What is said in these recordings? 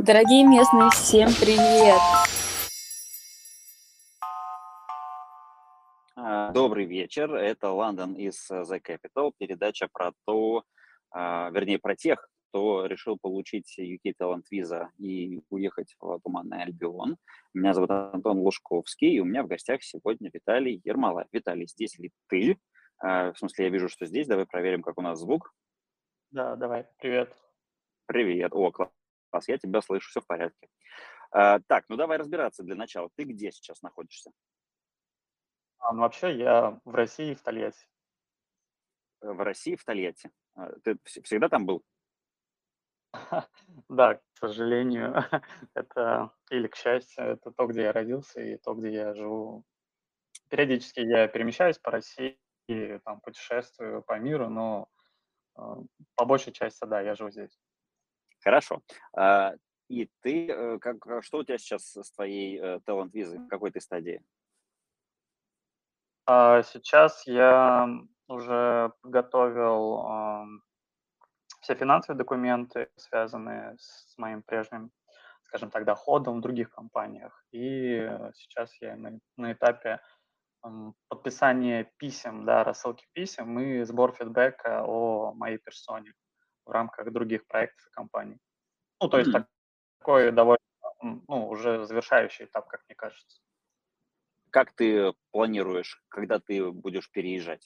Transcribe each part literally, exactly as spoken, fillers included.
Дорогие местные, всем привет! А, Добрый вечер. Это Лондон из э, The Capital. Передача про то, а, вернее, про тех, кто решил получить ю кей Talent Visa и уехать в Туманный Альбион. Меня зовут Антон Лужковский, и у меня в гостях сегодня Виталий Ермолаев. Виталий, здесь ли ты? А, В смысле, я вижу, что здесь. Давай проверим, как у нас звук. Да, давай, привет. Привет. О, класс. Я тебя слышу, все в порядке. А, Так, ну давай разбираться для начала. Ты где сейчас находишься? А, ну, вообще я в России, в Тольятти. Э, В России, в Тольятти. А, Ты вс- всегда там был? Да, к сожалению, это или к счастью, это то, где я родился, и то, где я живу. Периодически я перемещаюсь по России, и там путешествую по миру, но а, по большей части, да, я живу здесь. Хорошо. А, и ты, э, как, а что у тебя сейчас с твоей э, талант-визой? В какой ты стадии? А сейчас я уже подготовил ам, все финансовые документы, связанные с моим прежним, скажем так, доходом в других компаниях. И э, сейчас я на, на этапе м, подписания писем, да, рассылки писем и сбор фидбэка о моей персоне в рамках других проектов и компаний. Ну, то есть М, так- такой довольно, м, ну, уже завершающий этап, как мне кажется. Как ты планируешь, когда ты будешь переезжать?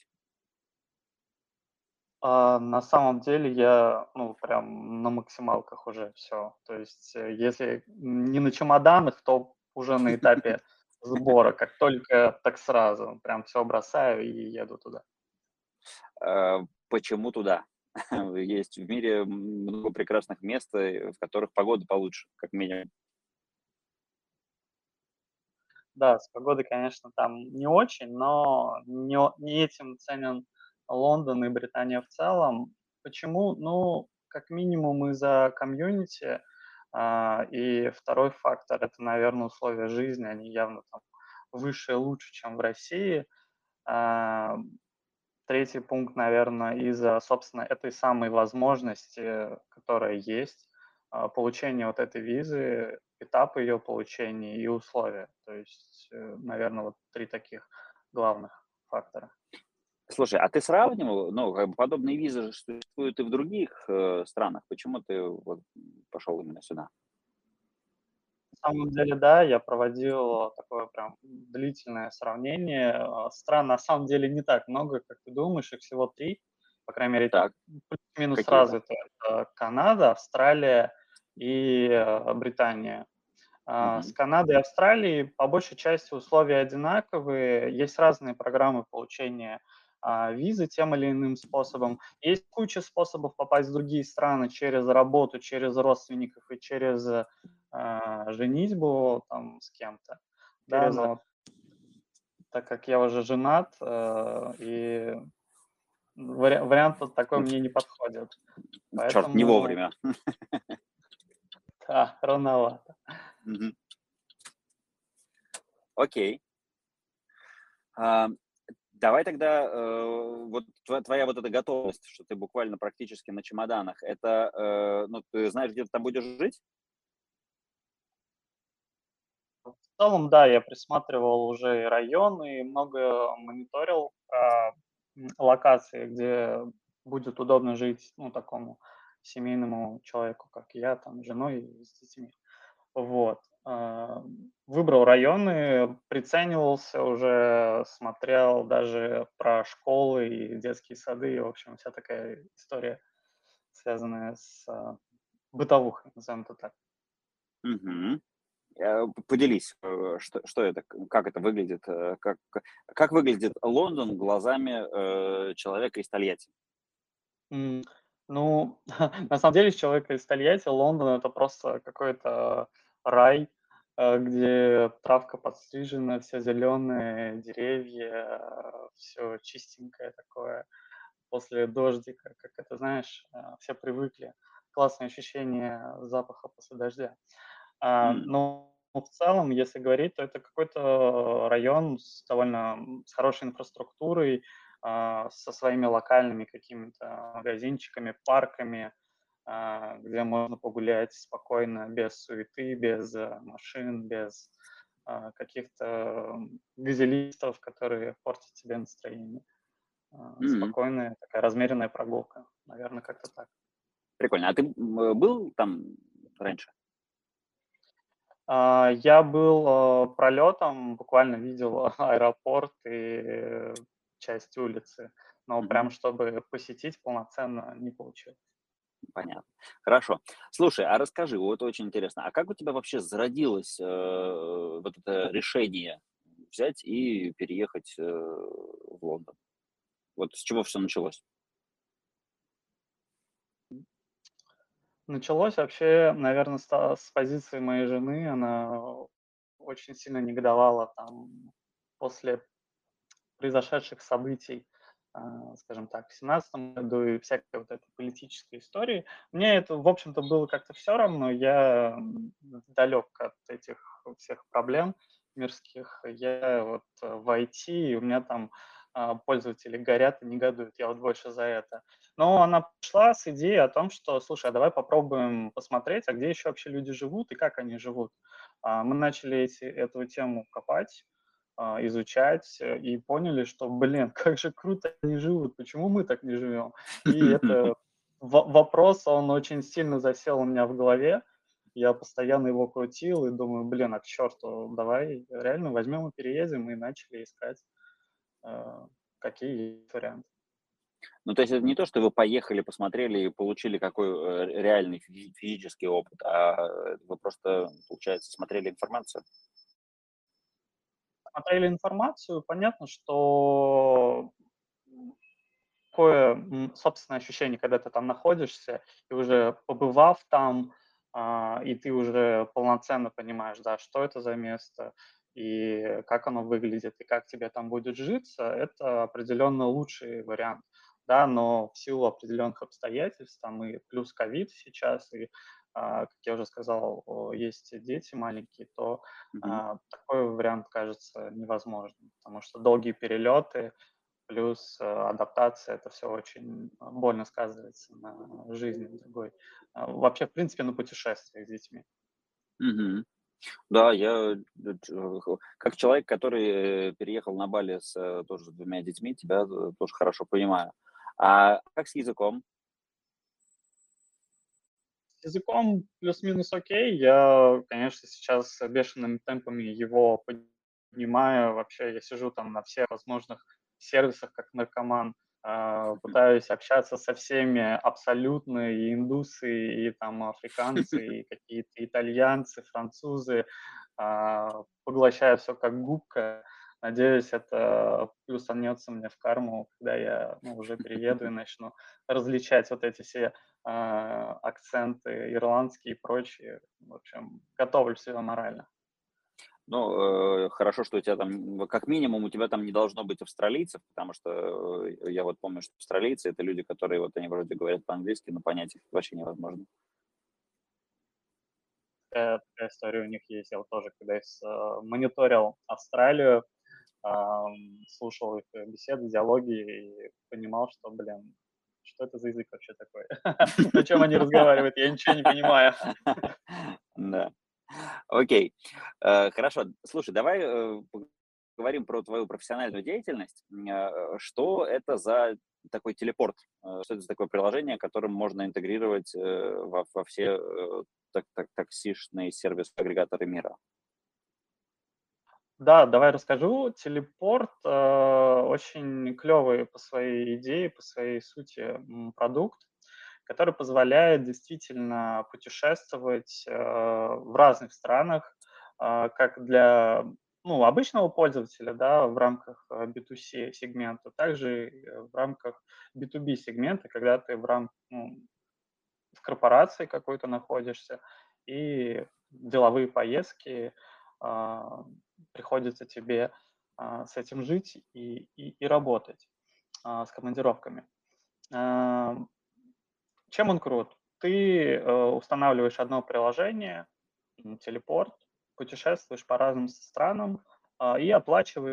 А, на самом деле я, ну, прям на максималках уже все. То есть, э, если не на чемоданах, то уже на этапе сбора. Как только, так сразу. Прям все бросаю и еду туда. А, Почему туда? Есть в мире много прекрасных мест, э, в которых погода получше, как минимум. Да, с погодой, конечно, там не очень, но не о не этим ценен Лондон и Британия в целом. Почему? Ну, как минимум из-за комьюнити. А, и второй фактор — это, наверное, условия жизни. Они явно там выше и лучше, чем в России. А, третий пункт, наверное, из-за, собственно, этой самой возможности, которая есть, а, получения вот этой визы, этапы ее получения и условия. То есть, наверное, вот три таких главных фактора. Слушай, а ты сравнивал, ну, как бы подобные визы же существуют и в других э, странах. Почему ты вот пошел именно сюда? На самом деле, да, я проводил такое прям длительное сравнение. А, Стран на самом деле не так много, как ты думаешь, их всего три, по крайней мере, Так, плюс-минус какие это? развитые. Это Канада, Австралия и э, Британия. А, С Мгм. Канадой и Австралией по большей части условия одинаковые. Есть разные программы получения а, визы тем или иным способом. Есть куча способов попасть в другие страны через работу, через родственников и через а, женитьбу там с кем-то. Да, Через но так как я уже женат, э, и вари- вариант вот такой мне не подходит. черт, не Поэтому, вовремя. да, рановато. Мгм. Окей. А, Давай тогда, э, вот тво твоя вот эта готовность, что ты буквально практически на чемоданах, это, э, ну, ты знаешь, где ты там будешь жить? В целом, да, я присматривал уже и районы, и много мониторил, а, м, локации, где будет удобно жить, ну, такому семейному человеку, как я, там, с женой и с детьми. Вот. А, Выбрал районы, приценивался уже, смотрел даже про школы и детские сады, и, в общем, вся такая история, связанная с а, бытовухой, назовем это так. Мгм. Э, п Поделись, э, что что это, к как это выглядит, э, как как выглядит Лондон глазами, э, человека из Тольятти? М, ну, на самом деле, с человека из Тольятти Лондон — это просто какой-то рай, э, где травка подстрижена, все зеленые, деревья, все чистенькое такое. После дождика, как это, знаешь, э, все привыкли. Классное ощущение запаха после дождя. А, М, но в целом, если говорить, то это какой-то район с довольно, м, с хорошей инфраструктурой, а, со своими локальными какими-то магазинчиками, парками. а, где можно погулять спокойно, без суеты, без э, машин, без а, каких-то м, газелистов, которые портят тебе настроение. А, М, Спокойная такая размеренная прогулка, наверное, как-то так. Прикольно. А ты м, э, был там раньше? А, Я был э, пролетом, буквально видел аэропорт и э, часть улицы, но Мгм. прям чтобы посетить полноценно не получилось. Понятно. Хорошо. Слушай, а расскажи, вот очень интересно, а как у тебя вообще зародилось, э, вот это решение взять и переехать, э, в Лондон? Вот с чего все началось? Началось вообще, наверное, с позиции моей жены. Она очень сильно негодовала там после произошедших событий, а, скажем так, в семнадцатом году и всякой вот этой политической истории. Мне это, в общем-то, было как-то все равно. Я м, далек от этих всех проблем мирских. Я вот э, в I T, и у меня там а, пользователи горят и негодуют. Я вот больше за это. Но она пришла с идеей о том, что, слушай, а давай попробуем посмотреть, а где еще вообще люди живут и как они живут. А, Мы начали эти, эту тему копать, а, изучать, э, и поняли, что, блин, как же круто они живут, почему мы так не живем? И это во- вопрос, он очень сильно засел у меня в голове. Я постоянно его крутил и думаю, блин, а к черту, давай реально возьмем и переедем, и начали искать, э, какие есть варианты. Ну, то есть это не то, что вы поехали, посмотрели и получили какой, э, реальный физи физический опыт, а, э, вы просто, получается, смотрели информацию? Смотрели информацию, понятно, что такое, м, собственное ощущение, когда ты там находишься, и уже побывав там, а, и ты уже полноценно понимаешь, да, что это за место и как оно выглядит, и как тебе там будет житься, это определенно лучший вариант, да, но в силу определенных обстоятельств, там и плюс ковид сейчас, и, а, как я уже сказал, о, есть дети маленькие, то Мгм. а, такой вариант кажется невозможным, потому что долгие перелеты, плюс, э, адаптация — это все очень, а, больно сказывается на жизни другой. А, вообще, в принципе, на путешествиях с детьми. Мгм. Да, я, э, ч э, х как человек, который, э, переехал на Бали с, э, тоже с двумя детьми, тебя, э, тоже хорошо понимаю. А как с языком? С языком плюс-минус окей. Я, конечно, сейчас бешеными темпами его поднимаю. Вообще, я сижу там на всех возможных сервисах, как наркоман, а, пытаюсь общаться со всеми абсолютно, и индусы, и там африканцы, и какие-то итальянцы, французы. А, поглощаю все как губка. Надеюсь, это плюсанется мне в карму, когда я, ну, уже перееду и начну различать вот эти все а, акценты ирландские и прочие. В общем, готовлю себя морально. Ну, э, хорошо, что у тебя там, м, как минимум, у тебя там не должно быть австралийцев, потому что, э, я вот помню, что австралийцы — это люди, которые вот они вроде говорят по-английски, но понять их вообще невозможно. Такая, такая история у них есть. Я вот тоже, когда я с- а, мониторил Австралию, ам, слушал их э, беседы, диалоги и понимал, что, блин, что это за язык вообще такой? На чем они разговаривают? Я ничего не понимаю. Да. Окей. Э, хорошо. Слушай, давай, э, поговорим про твою профессиональную деятельность. М, а, что это за такой телепорт? Э, что это за такое приложение, которым можно интегрировать, э, во во все, э, так так таксишные сервис-агрегаторы мира? Да, давай расскажу. Телепорт э, очень клевый по своей идее, по своей сути м, продукт, который позволяет действительно путешествовать э, в разных странах, а, как для, ну, обычного пользователя, да, в рамках э, би ту си сегмента, также и, э, в рамках би ту би сегмента, когда ты в рамках, в корпорации какой-то находишься, и деловые поездки, а, приходится тебе, а, с этим жить и и и работать, а, с командировками. А, Чем он крут? Ты, э, устанавливаешь одно приложение, м, телепорт, путешествуешь по разным странам, а, и оплачиваешь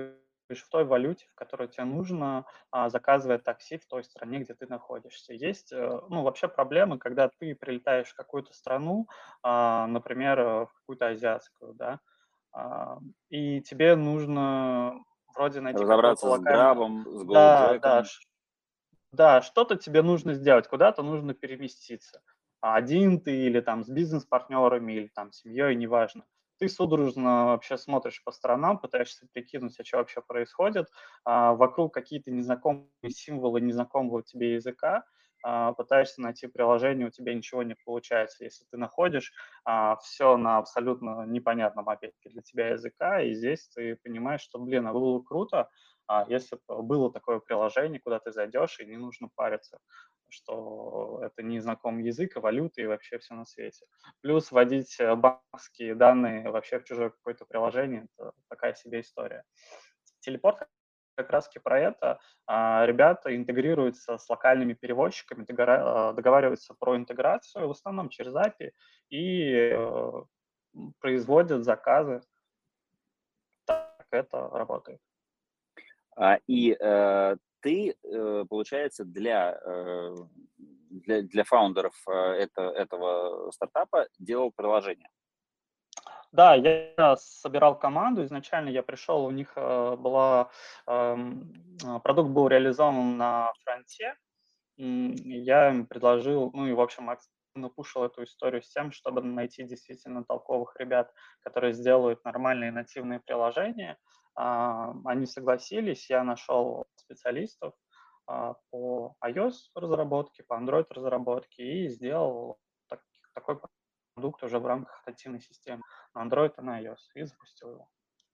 в той валюте, в которой тебе нужно, а, заказывая такси в той стране, где ты находишься. Есть, э, ну, вообще проблемы, когда ты прилетаешь в какую-то страну, а, например, э, в какую-то азиатскую, да, а, и тебе нужно вроде найти какого-то Разобраться с локального. Грабом, с Да, да, GoJack'ом. да, что-то тебе нужно сделать, куда-то нужно переместиться. А один ты или там с бизнес-партнерами, или там с семьей, неважно. Ты судорожно вообще смотришь по сторонам, пытаешься прикинуть, а что вообще происходит. А, вокруг какие-то незнакомые символы незнакомого тебе языка. А, пытаешься найти приложение, у тебя ничего не получается. Если ты находишь а, все на абсолютно непонятном, опять-таки, для тебя языка, и здесь ты понимаешь, что, блин, а было круто, а если бы было такое приложение, куда ты зайдешь, и не нужно париться, что это незнакомый язык, и валюта, и вообще все на свете. Плюс вводить э, банковские данные вообще в чужое какое-то приложение – это такая себе история. Телепорт как раз-таки про это. А, Ребята интегрируются с локальными переводчиками, догора- а, договариваются про интеграцию, в основном через эй пи ай, и э, м, производят заказы. Так это работает. А, и э, ты, э, получается, для, э, для, для фаундеров э, это, этого стартапа делал приложение. Да, я собирал команду. Изначально я пришел, у них э, была эм, а, продукт был реализован на фронте. М, и Я им предложил, ну и в общем активно пушил эту историю с тем, чтобы найти действительно толковых ребят, которые сделают нормальные нативные приложения. А, Они согласились, я нашел специалистов а, по iOS разработке, по Android разработке и сделал так- такой продукт уже в рамках нативной системы на Android и на iOS и запустил его.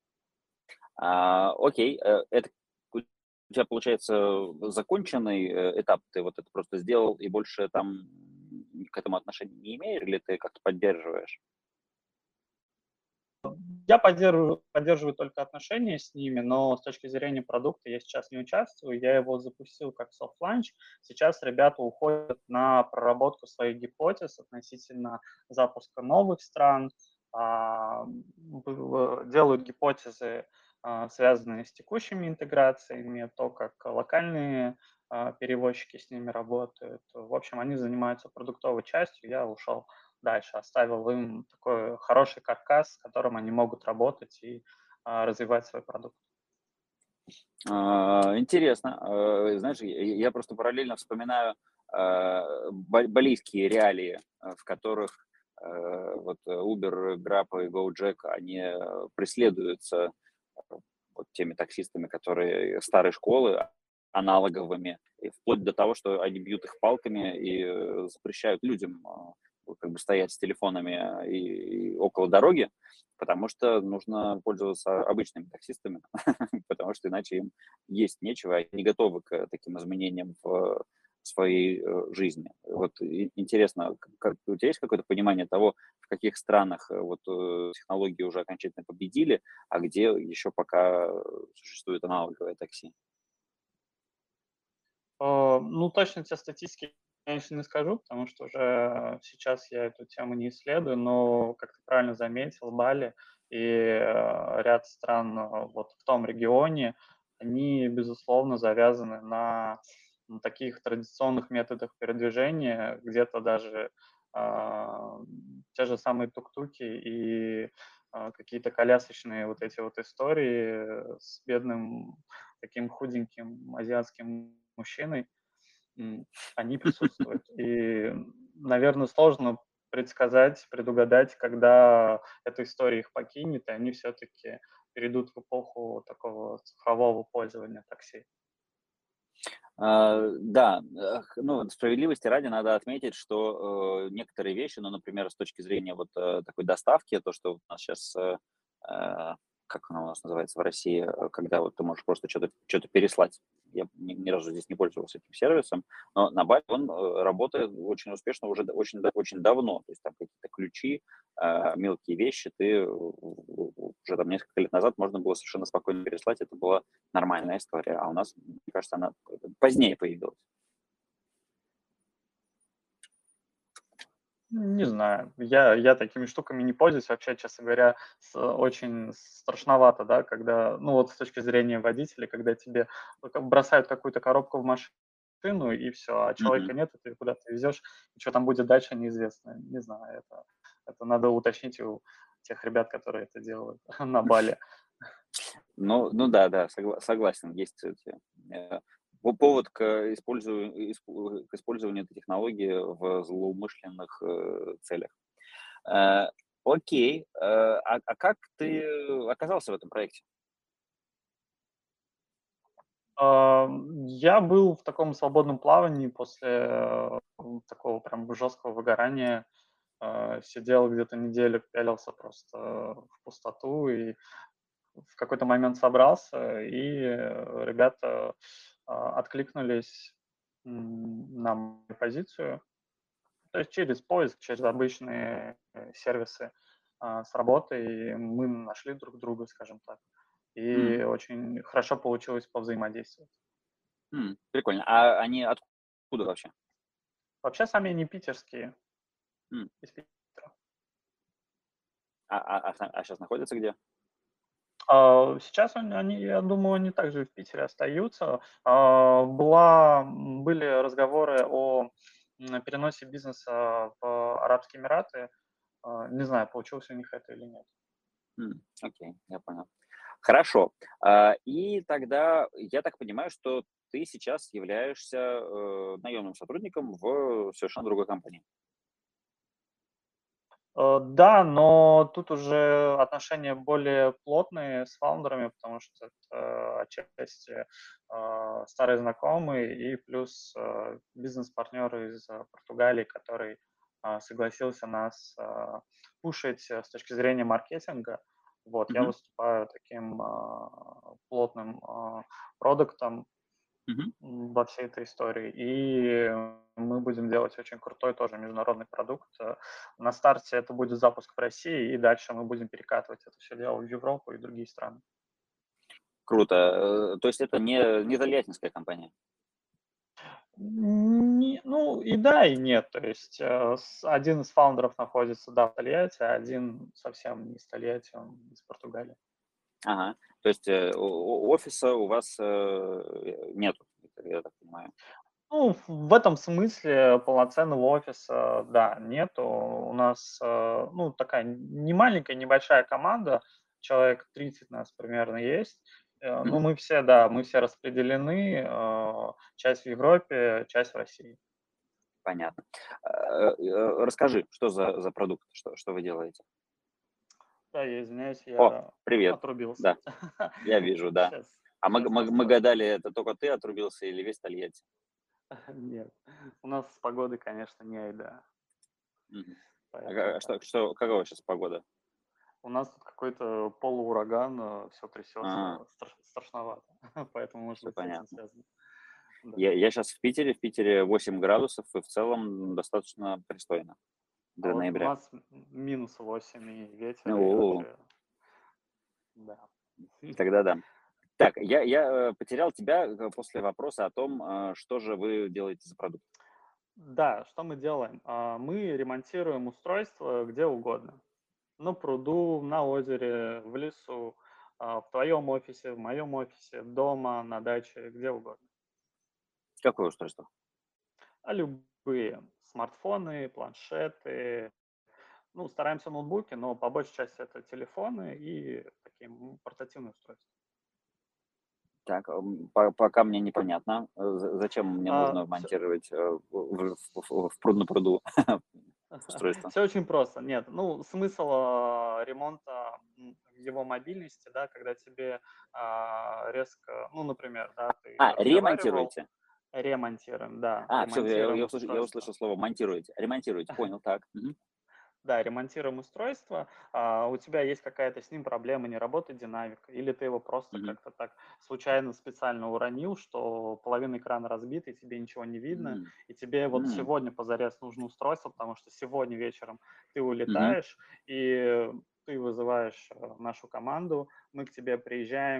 А, окей, э, это у тебя, получается, законченный э, этап, ты вот это просто сделал и больше там к этому отношения не имеешь, или ты как-то поддерживаешь? Я поддерживаю, поддерживаю только отношения с ними, но с точки зрения продукта я сейчас не участвую. Я его запустил как soft launch. Сейчас ребята уходят на проработку своих гипотез относительно запуска новых стран, а, б- делают гипотезы, а, связанные с текущими интеграциями, то, как локальные а, перевозчики с ними работают. В общем, они занимаются продуктовой частью, я ушел дальше, оставил им такой хороший каркас, с которым они могут работать и а, развивать свой продукт. А, интересно. Э, знаешь, я я просто параллельно вспоминаю, а, ба балийские реалии, э, в которых, э, вот э, Uber, Grab и GoJack, они, э, преследуются, э, вот теми таксистами, которые старой школы, аналоговыми, и вплоть до того, что они бьют их палками и, э, запрещают людям, а, вот как бы стоять с телефонами, а, и и около дороги, потому что нужно пользоваться обычными таксистами, потому что иначе им есть нечего, они не готовы к таким изменениям в своей э, жизни. Вот и- интересно, к- как, у тебя есть какое-то понимание того, в каких странах э, вот э, технологии уже окончательно победили, а где еще пока э, существует аналоговое такси? Э, Ну, точно тебе статистики, конечно, не скажу, потому что уже сейчас я эту тему не исследую, но, как ты правильно заметил, Бали и э, ряд стран э, вот в том регионе, они, безусловно, завязаны на, на таких традиционных методах передвижения, где-то даже а, те же самые тук-туки и а, какие-то колясочные вот эти вот истории с бедным таким худеньким азиатским мужчиной, м, они присутствуют. И, наверное, сложно предсказать, предугадать, когда эта история их покинет, и они все-таки перейдут в эпоху такого цифрового пользования такси. А, да, э, х ну, справедливости ради надо отметить, что, э, некоторые вещи, ну, например, с точки зрения вот, э, такой доставки, то, что вот у нас сейчас, э, э, как она у нас называется в России, э, когда вот ты можешь просто что то что то переслать. Я ни ни разу здесь не пользовался этим сервисом, но на Бали он, э, работает очень успешно уже д очень да очень давно. То есть там какие-то ключи, а, мелкие вещи ты, э, у у уже там несколько лет назад можно было совершенно спокойно переслать. Это была нормальная история, а у нас, мне кажется, она позднее появилась. Не знаю, я, я такими штуками не пользуюсь. Вообще, честно говоря, с- очень страшновато, да, когда, ну вот с точки зрения водителя, когда тебе как бросают какую-то коробку в машину, и все, а Мгм. человека нет, и ты куда-то везешь, и что там будет дальше, неизвестно. Не знаю, это, это надо уточнить у тех ребят, которые это делают на Бали. Ну, ну да, да, согла- согласен. Есть эти, э, по- повод к, использую, исп- к использованию этой технологии в злоумышленных э, целях. Э, Окей. э, А, а как ты оказался в этом проекте? А, Я был в таком свободном плавании после э, такого прям жесткого выгорания. Э, Сидел где-то неделю, пялился просто в пустоту и в какой-то момент собрался, и э, ребята а, откликнулись м, на мою позицию. То есть через поиск, через обычные э, сервисы а, с работой мы нашли друг друга, скажем так. М, И очень хорошо получилось повзаимодействовать. м, Прикольно. А они откуда вообще? Вообще сами они питерские, М, из Питера. А, а, а, сейчас находятся где? А, Сейчас они, они, я думаю, они также в Питере остаются. А, Была, м, были разговоры о м, переносе бизнеса в Арабские Эмираты. А, Не знаю, получилось у них это или нет. М, Окей, я понял. Хорошо. А, И тогда я так понимаю, что ты сейчас являешься э, наемным сотрудником в совершенно другой компании. Э, Да, но тут уже отношения более плотные с фаундерами, потому что это отчасти э, старые знакомые и плюс э, бизнес-партнер из э, Португалии, который э, согласился нас э, пушить э, с точки зрения маркетинга. Вот, я Мгм, выступаю таким э, плотным э, продуктом, мгм. м, во всей этой истории. И мы будем делать очень крутой тоже международный продукт. Э, На старте это будет запуск в России, и дальше мы будем перекатывать это все дело в Европу и другие страны. Круто. Э, То есть это не, не тольяттинская компания. Не- ну и да, и нет. То есть э, с- один из фаундеров находится, да, в Тольятти, а один совсем не из Тольятти, он из Португалии. Ага. То есть э, о- о- офиса у вас э, нету, я так понимаю. Ну, в этом смысле полноценного офиса, да, нету. У нас, э, ну, такая не маленькая, небольшая команда, человек тридцать нас примерно есть. Э, Ну, Мгм. мы все, да, мы все распределены, э, часть в Европе, часть в России. Понятно. Э, э, Расскажи, что за, за продукт, что, что вы делаете? Да, я извиняюсь, О, я привет. отрубился. Да, я вижу, да. Сейчас, А мы, сейчас мы, мы настрою. гадали, это только ты отрубился или весь Тольятти? Нет, у нас с погодой, конечно, не айда, Мгм. А ка- поэтому а так. что, что, какова сейчас погода? У нас тут какой-то полуураган, все А, трясется, страш- страшновато, поэтому, может все быть, с этим понятно. связано. Да. Я, я сейчас в Питере, в Питере восемь градусов, и в целом достаточно пристойно А для вот у ноября. нас м- минус восемь и ветер, и О, вообще, да. тогда да. Так, я, я э, потерял тебя э, после вопроса о том, э, что же вы делаете за продукт. Да, что мы делаем? А, Мы ремонтируем устройство где угодно. На пруду, на озере, в лесу, а, в твоем офисе, в моем офисе, дома, на даче, где угодно. Какое устройство? А любые смартфоны, планшеты, ну, стараемся ноутбуки, но по большей части это телефоны и такие м, портативные устройства. Так, м, по- пока мне непонятно, э, за- зачем мне А, нужно всё монтировать э, в, в, в, в пруд на пруду устройство. Все очень просто. Нет, ну, смысл а, ремонта м, в его мобильности, да, когда тебе а, резко, ну, например, да, ты А, разговаривал, ремонтируете? ремонтируем, да, А, все, я, ремонтируем я услышал, я устройство. услышал слово монтируете. Ремонтируете, понял, так. Мгм, Да, ремонтируем устройство, а, у тебя есть какая-то с ним проблема, не работает динамика, или ты его просто мгм, как-то так случайно специально уронил, что половина экрана разбита, и тебе ничего не видно, м, и тебе вот м, сегодня позарез нужно устройство, потому что сегодня вечером ты мгм, улетаешь, и ты вызываешь э, нашу команду, мы к тебе приезжаем,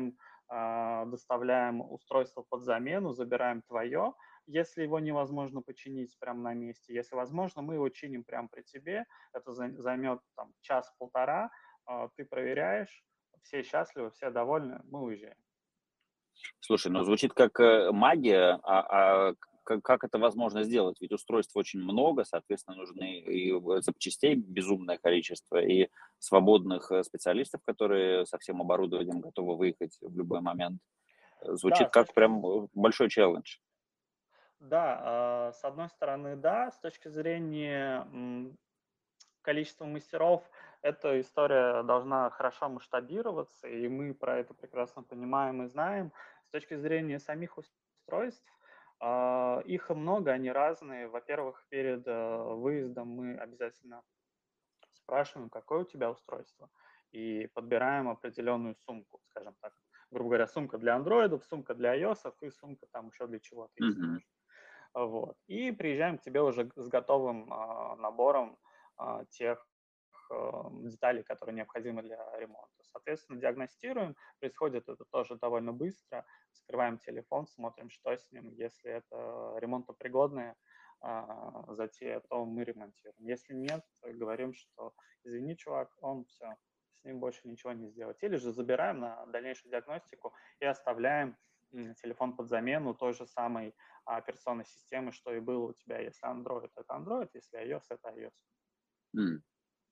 а, доставляем устройство под замену, забираем твое, если его невозможно починить прямо на месте. Если возможно, мы его чиним прямо при тебе. Это займет там час-полтора, а, ты проверяешь, все счастливы, все довольны, мы уезжаем. Слушай, ну звучит как э, магия, а, а как, как это возможно сделать? Ведь устройств очень много, соответственно, нужны и в- запчастей безумное количество, и свободных э, специалистов, которые со всем оборудованием готовы выехать в любой момент. Э, Да, Звучит с как точки, прям э, большой челлендж. да, а, с одной стороны, да, с точки зрения м, количества мастеров, эта история должна хорошо масштабироваться, и мы про это прекрасно понимаем и знаем. С точки зрения самих устройств, а, их много, они разные. Во-первых, перед э, выездом мы обязательно спрашиваем, какое у тебя устройство, и подбираем определенную сумку, скажем так. Грубо говоря, сумка для андроидов, сумка для iOS и сумка там еще для чего-то, если Мгм. нужно. Вот. И приезжаем к тебе уже с готовым а, набором а, тех а, деталей, которые необходимы для ремонта. Соответственно, диагностируем. Происходит это тоже довольно быстро. Вскрываем телефон, смотрим, что с ним. Если это ремонтопригодная а, затея, то мы ремонтируем. Если нет, то говорим, что извини, чувак, он все, с ним больше ничего не сделать. Или же забираем на дальнейшую диагностику и оставляем м, телефон под замену той же самой операционной системы, что и было у тебя. Если Android, это Android, если iOS, это iOS. М.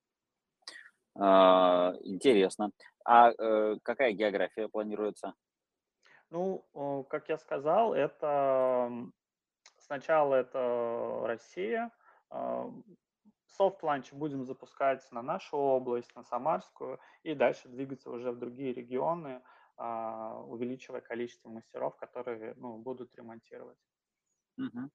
А, Интересно. А э, какая география планируется? Ну, о, как я сказал, это м, сначала это Россия. Софт-ланч будем запускать на нашу область, на Самарскую, и дальше двигаться уже в другие регионы, а, увеличивая количество мастеров, которые ну, будут ремонтировать. Мгм.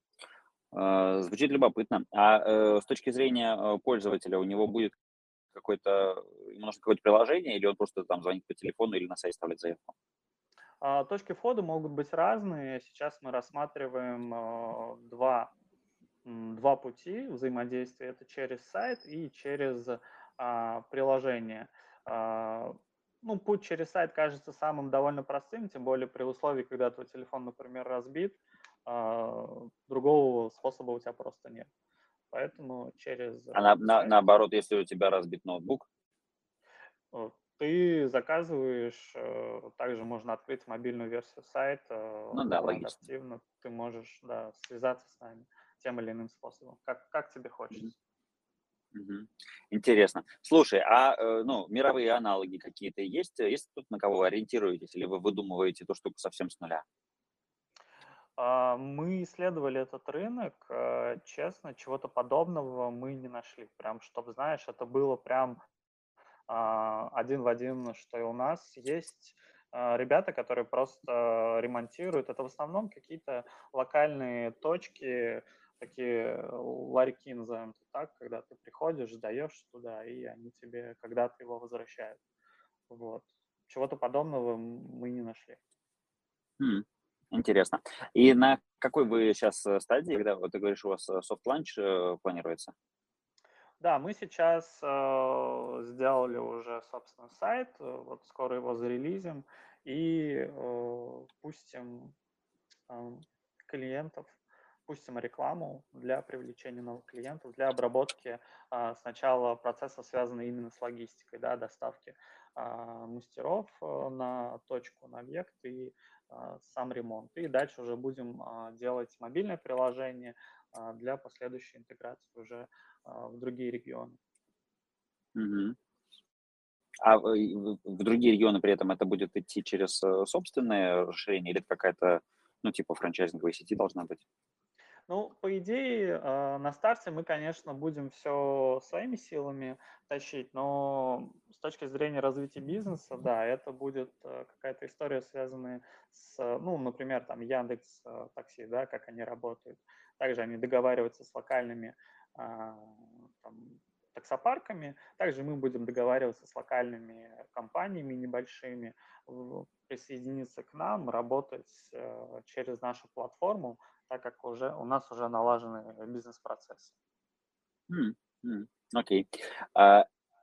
А, Звучит любопытно. А э, с точки зрения э, пользователя, у него будет какой-то, ему нужно какое-то приложение, или он просто там звонит по телефону или на сайт вставляет заявку? А, Точки входа могут быть разные. Сейчас мы рассматриваем а, два м, два пути взаимодействия. Это через сайт и через а, приложение. А, ну, путь через сайт кажется самым довольно простым, тем более при условии, когда твой телефон, например, разбит, а, другого способа у тебя просто нет. Поэтому через А на, э, на- сайт наоборот, если у тебя разбит ноутбук, э, ты заказываешь, э, также можно открыть мобильную версию сайта, ну да, она логично. адаптивна, ты можешь, да, связаться с нами тем или иным способом, как, как тебе Мгм. хочется. Мгм. Интересно. Слушай, а э, ну, мировые аналоги какие-то есть? Есть кто-то, на кого вы ориентируетесь, или вы выдумываете эту штуку совсем с нуля? А, Мы исследовали этот рынок, э, честно, чего-то подобного мы не нашли. Прям, чтобы, знаешь, это было прям а, один в один, что и у нас. Есть а, ребята, которые просто ремонтируют. Это в основном какие-то локальные точки, такие э, ларьки, назовем это так, когда ты приходишь, сдаешь туда, и они тебе когда-то его возвращают. Вот. Чего-то подобного мы не нашли. М, Интересно. И на какой вы сейчас стадии, когда вот ты говоришь, у вас софт-ланч э, планируется? Да, мы сейчас э, сделали уже, собственно, сайт, э, вот скоро его зарелизим и э, пустим э, клиентов, пустим рекламу для привлечения новых клиентов, для обработки а, сначала процесса, связанного именно с логистикой, да, доставки а, мастеров э, на точку, на объект и а, сам ремонт. И дальше уже будем а, делать мобильное приложение а, для последующей интеграции уже а, в другие регионы. Мгм. А в, и в в другие регионы при этом это будет идти через э, собственное расширение, или это какая-то, ну, типа франчайзинговая сети должна быть? Ну, по идее, э, на старте мы, конечно, будем все своими силами тащить, но с точки зрения развития бизнеса, да, это будет э, какая-то история, связанная с, э, ну, например, там Яндекс э, Такси, да, как они работают. Также они договариваются с локальными а, там, таксопарками. Также мы будем договариваться с локальными компаниями небольшими, в- присоединиться к нам, работать э, через нашу платформу, так как уже у нас уже налажены бизнес-процессы. М, м, Окей. А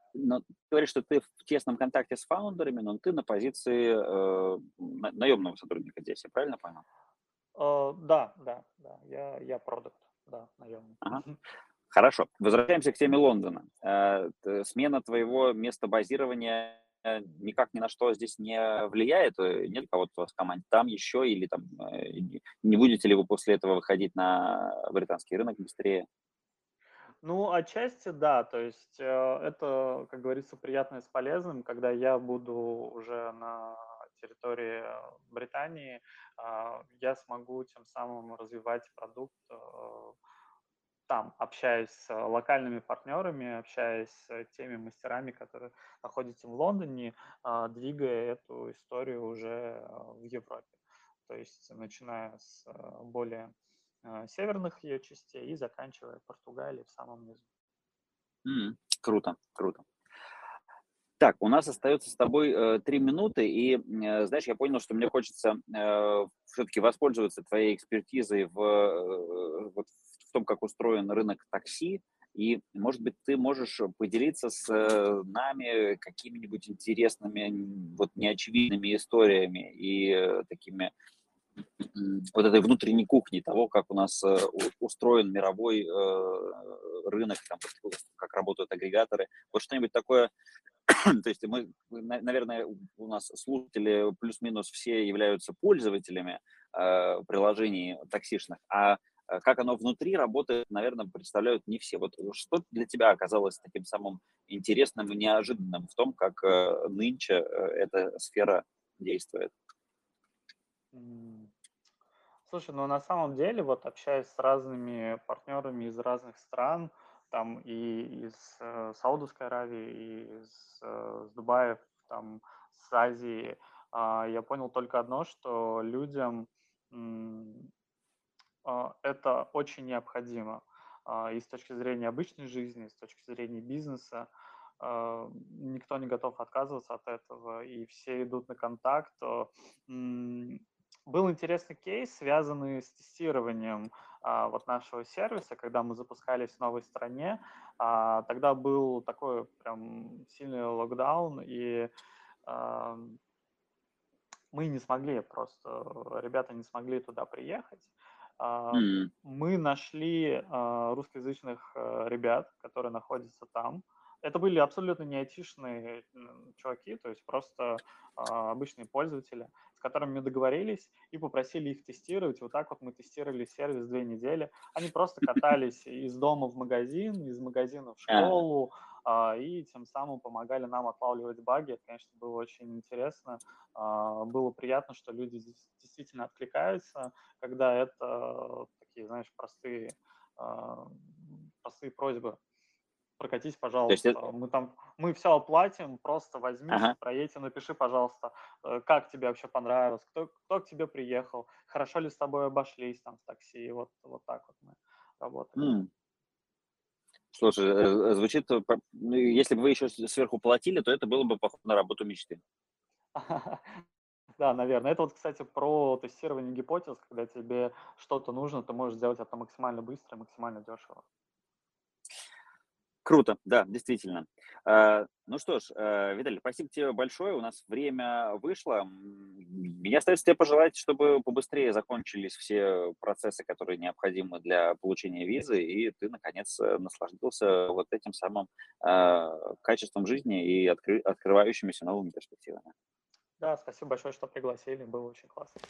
Но ты говоришь, что ты в тесном контакте с фаундерами, но ты на позиции э, на- наемного сотрудника здесь, я правильно понял? Э, да, да, да, я, я продукт, да, наемный. Ага. Хорошо. Возвращаемся к теме Лондона. Э, т- Смена твоего места базирования э, никак ни на что здесь не влияет? Э, Нет кого-то у вас в команде там еще? Или там э, не не будете ли вы после этого выходить на британский рынок быстрее? Ну, отчасти да, то есть э, это, как говорится, приятное с полезным, когда я буду уже на территории э, Британии, а, я смогу тем самым развивать продукт э, там, общаясь с локальными партнерами, общаясь с теми мастерами, которые находятся в Лондоне, а, двигая эту историю уже а, в Европе. То есть начиная с а, более а, северных ее частей и заканчивая Португалией в самом низу. М, Круто, круто. Так, у нас остается с тобой э, три минуты, и, э, знаешь, я понял, что мне хочется э, все-таки воспользоваться твоей экспертизой в, э, вот в том, как устроен рынок такси, и, может быть, ты можешь поделиться с э, нами какими-нибудь интересными, м, вот неочевидными историями и э, такими м, вот этой внутренней кухни того, как у нас э, у- устроен мировой э, рынок, там, вот как работают агрегаторы. Вот что-нибудь такое. То есть мы, на- наверное, у у нас слушатели плюс-минус все являются пользователями э, приложений таксишных, а э, как оно внутри работает, наверное, представляют не все. Вот что для тебя оказалось таким самым интересным и неожиданным в том, как э, нынче э, эта сфера действует? М. Слушай, ну на самом деле, вот общаясь с разными партнерами из разных стран, там и из э, Саудовской Аравии, и из э, с Дубая, там, с Азии, а, я понял только одно, что людям м, а, это очень необходимо а, и с точки зрения обычной жизни, и с точки зрения бизнеса. А, Никто не готов отказываться от этого, и все идут на контакт. А, м, Был интересный кейс, связанный с тестированием а, вот нашего сервиса, когда мы запускались в новой стране. А, Тогда был такой прям сильный локдаун, и а, мы не смогли просто, ребята не смогли туда приехать. А, М, Мы нашли а, русскоязычных э, ребят, которые находятся там. Это были абсолютно не айтишные м, чуваки, то есть просто а, обычные пользователи, с которыми мы договорились и попросили их тестировать. Вот так вот мы тестировали сервис две недели. Они просто катались из дома в магазин, из магазина в а, школу, а, и тем самым помогали нам отлавливать баги. Это, конечно, было очень интересно. А, Было приятно, что люди здесь действительно откликаются, когда это такие, знаешь, простые, а, простые просьбы. Прокатись, То есть, пожалуйста. э, Мы там, мы все оплатим, просто возьмись, ага. проедь и напиши, пожалуйста, э, как тебе вообще понравилось, кто, кто к тебе приехал, хорошо ли с тобой обошлись там в такси. Вот, вот так вот мы работали. М. Слушай, э, звучит, э, по- ну, если бы вы еще сверху платили, то это было бы похоже на работу мечты. Да, наверное. Это вот, кстати, про тестирование гипотез, когда тебе что-то нужно, ты можешь сделать это максимально быстро и максимально дешево. Круто, да, действительно. Э, ну что ж, э, Виталий, спасибо тебе большое. У нас время вышло. М, Мне остается тебе пожелать, чтобы побыстрее закончились все процессы, которые необходимы для получения визы, и ты, наконец, э, наслаждался вот этим самым э, качеством жизни и откры- открывающимися новыми перспективами. Да, спасибо большое, что пригласили, было очень классно.